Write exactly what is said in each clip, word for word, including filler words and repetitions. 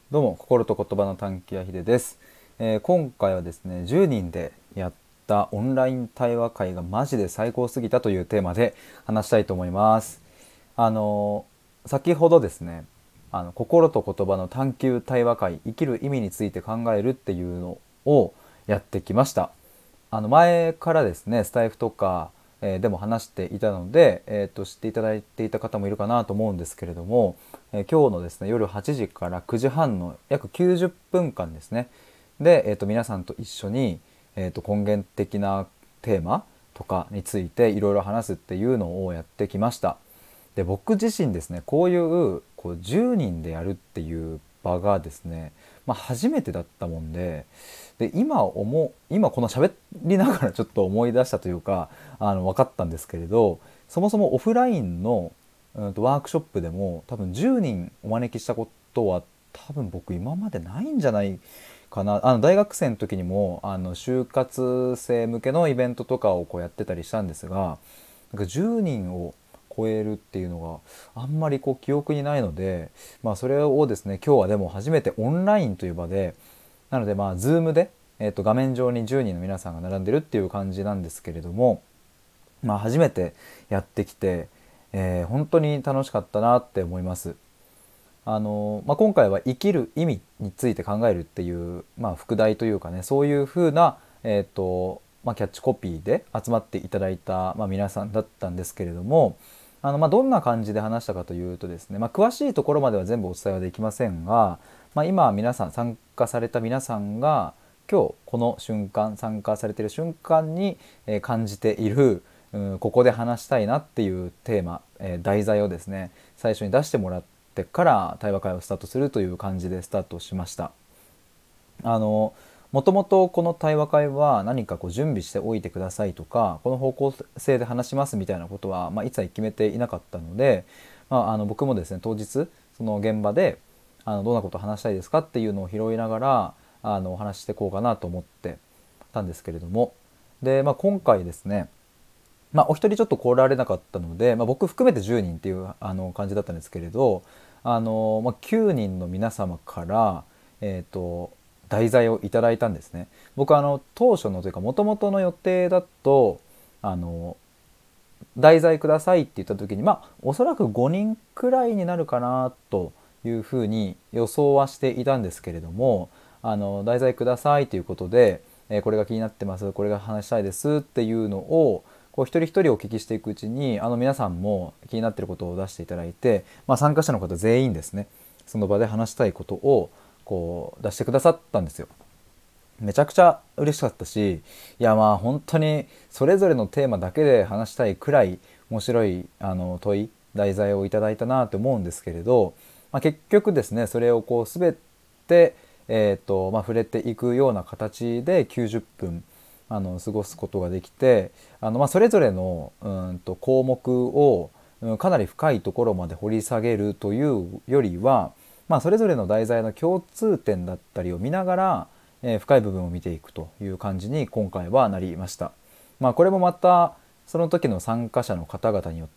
どうも、心と言葉の探求やひでです、えー今回はですね、じゅうにんでやったオンライン対話会がマジで最高すぎたというテーマで話したいと思います。あのー先ほどですね、あの心と言葉の探求対話会、生きる意味について考えるっていうのをやってきました。あの前からですねスタイフとか、えーでも話していたので、えーと知っていただいていた方もいるかなと思うんですけれども、えー今日のですね夜はちじからくじはんの約きゅうじゅっぷんかんですねで、えーと皆さんと一緒に、えーと根源的なテーマとかについていろいろ話すっていうのをやってきました。で僕自身ですねこういうこうじゅうにんでやるっていう場がですね、まあ、初めてだったもんで、で今思う今この喋りながらちょっと思い出したというか、あの分かったんですけれど、そもそもオフラインの、うん、とワークショップでも多分じゅうにんお招きしたことは多分僕今までないんじゃないかな。あの大学生の時にもあの就活生向けのイベントとかをこうやってたりしたんですが、なんかじゅうにんを超えるっていうのがあんまりこう記憶にないので、まあ、それをですね今日はでも初めてオンラインという場で、なのでまあ Zoom で、えー、と画面上にじゅうにんの皆さんが並んでるっていう感じなんですけれども、まあ、初めてやってきて、えー本当に楽しかったなって思います。あのまあ、今回は生きる意味について考えるっていう、まあ、副題というかね、そういう風な、えーとまあ、キャッチコピーで集まっていただいた、まあ、皆さんだったんですけれども、あの、まあ、どんな感じで話したかというとですね、まあ、詳しいところまでは全部お伝えはできませんが、まあ、今皆さん参加された皆さんが今日この瞬間参加されている瞬間に、えー感じている、うん、ここで話したいなっていうテーマ、えー題材をですね最初に出してもらってから対話会をスタートするという感じでスタートしました。あのもともとこの対話会は何かこう準備しておいてくださいとか、この方向性で話しますみたいなことは、まあ、一切決めていなかったので、まあ、あの僕もですね当日その現場であのどんなことを話したいですかっていうのを拾いながらあのお話ししていこうかなと思ってたんですけれども、で、まあ、今回ですね、まあ、お一人ちょっと来られなかったので、まあ、僕含めてじゅうにんっていうあの感じだったんですけれど、あの、まあ、きゅうにんの皆様から、えーと、題材をいただいたんですね。僕あの当初のというか元々の予定だと、あの題材くださいって言った時に、まあおそらくごにんくらいになるかなというふうに予想はしていたんですけれども、あの題材くださいということで、えーこれが気になってます、これが話したいですっていうのをこう一人一人お聞きしていくうちに、あの皆さんも気になっていることを出していただいて、まあ、参加者の方全員ですねその場で話したいことをこう出してくださったんですよ。めちゃくちゃ嬉しかったし、いやまあ本当にそれぞれのテーマだけで話したいくらい面白いあの問い題材をいただいたなと思うんですけれど、まあ、結局ですねそれをこう全て、えーとまあ、触れていくような形できゅうじゅっぷんあの過ごすことができて、あの、まあ、それぞれのうんと項目をうんかなり深いところまで掘り下げるというよりは、まあ、それぞれの題材の共通点だったりを見ながら、えー深い部分を見ていくという感じに今回はなりました。まあ、これもまたその時の参加者の方々によって、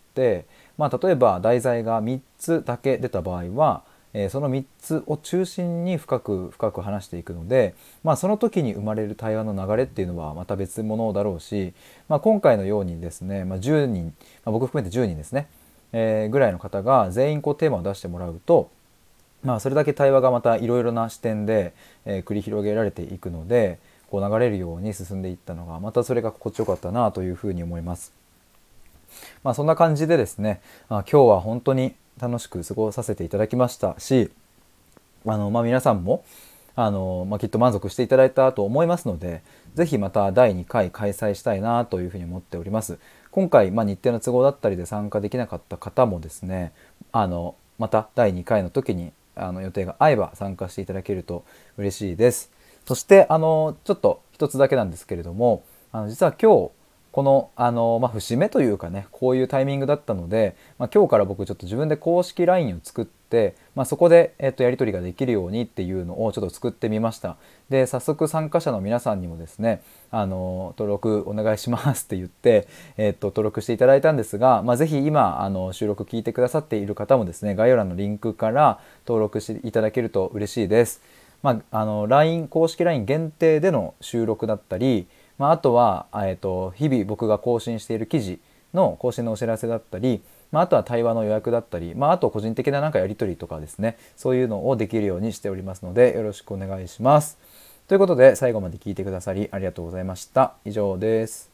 まあ、例えば題材がみっつだけ出た場合は、えーそのみっつを中心に深く深く話していくので、まあ、その時に生まれる対話の流れっていうのはまた別物だろうし、まあ、今回のようにですね、まあ、じゅうにん、まあ、僕含めてじゅうにんですね、えーぐらいの方が全員こうテーマを出してもらうと、まあ、それだけ対話がまたいろいろな視点で、えー繰り広げられていくので、こう流れるように進んでいったのがまたそれが心地よかったなというふうに思います。まあ、そんな感じでですね、まあ、今日は本当に楽しく過ごさせていただきましたし、あの、まあ、皆さんもあの、まあ、きっと満足していただいたと思いますので、ぜひまただいにかい開催したいなというふうに思っております。今回、まあ、日程の都合だったりで参加できなかった方もですね、あのまただいにかいの時にあの予定が合えば参加していただけると嬉しいです。そしてあのちょっと一つだけなんですけれども、あの実は今日この、あの、まあ、節目というかね、こういうタイミングだったので、まあ、今日から僕ちょっと自分で公式 ライン を作って、まあ、そこで、えっと、やり取りができるようにっていうのをちょっと作ってみました。で、早速参加者の皆さんにもですね、あの、登録お願いしますって言って、えっと、登録していただいたんですが、まあ、ぜひ今、あの、収録聞いてくださっている方もですね、概要欄のリンクから登録していただけると嬉しいです。まあ、あの ライン 公式 ライン 限定での収録だったり、まあ、あとは、えー、と日々僕が更新している記事の更新のお知らせだったり、まあ、あとは対話の予約だったり、まあ、あと個人的ななんかやり取りとかですね、そういうのをできるようにしておりますので、よろしくお願いします。ということで最後まで聞いてくださりありがとうございました。以上です。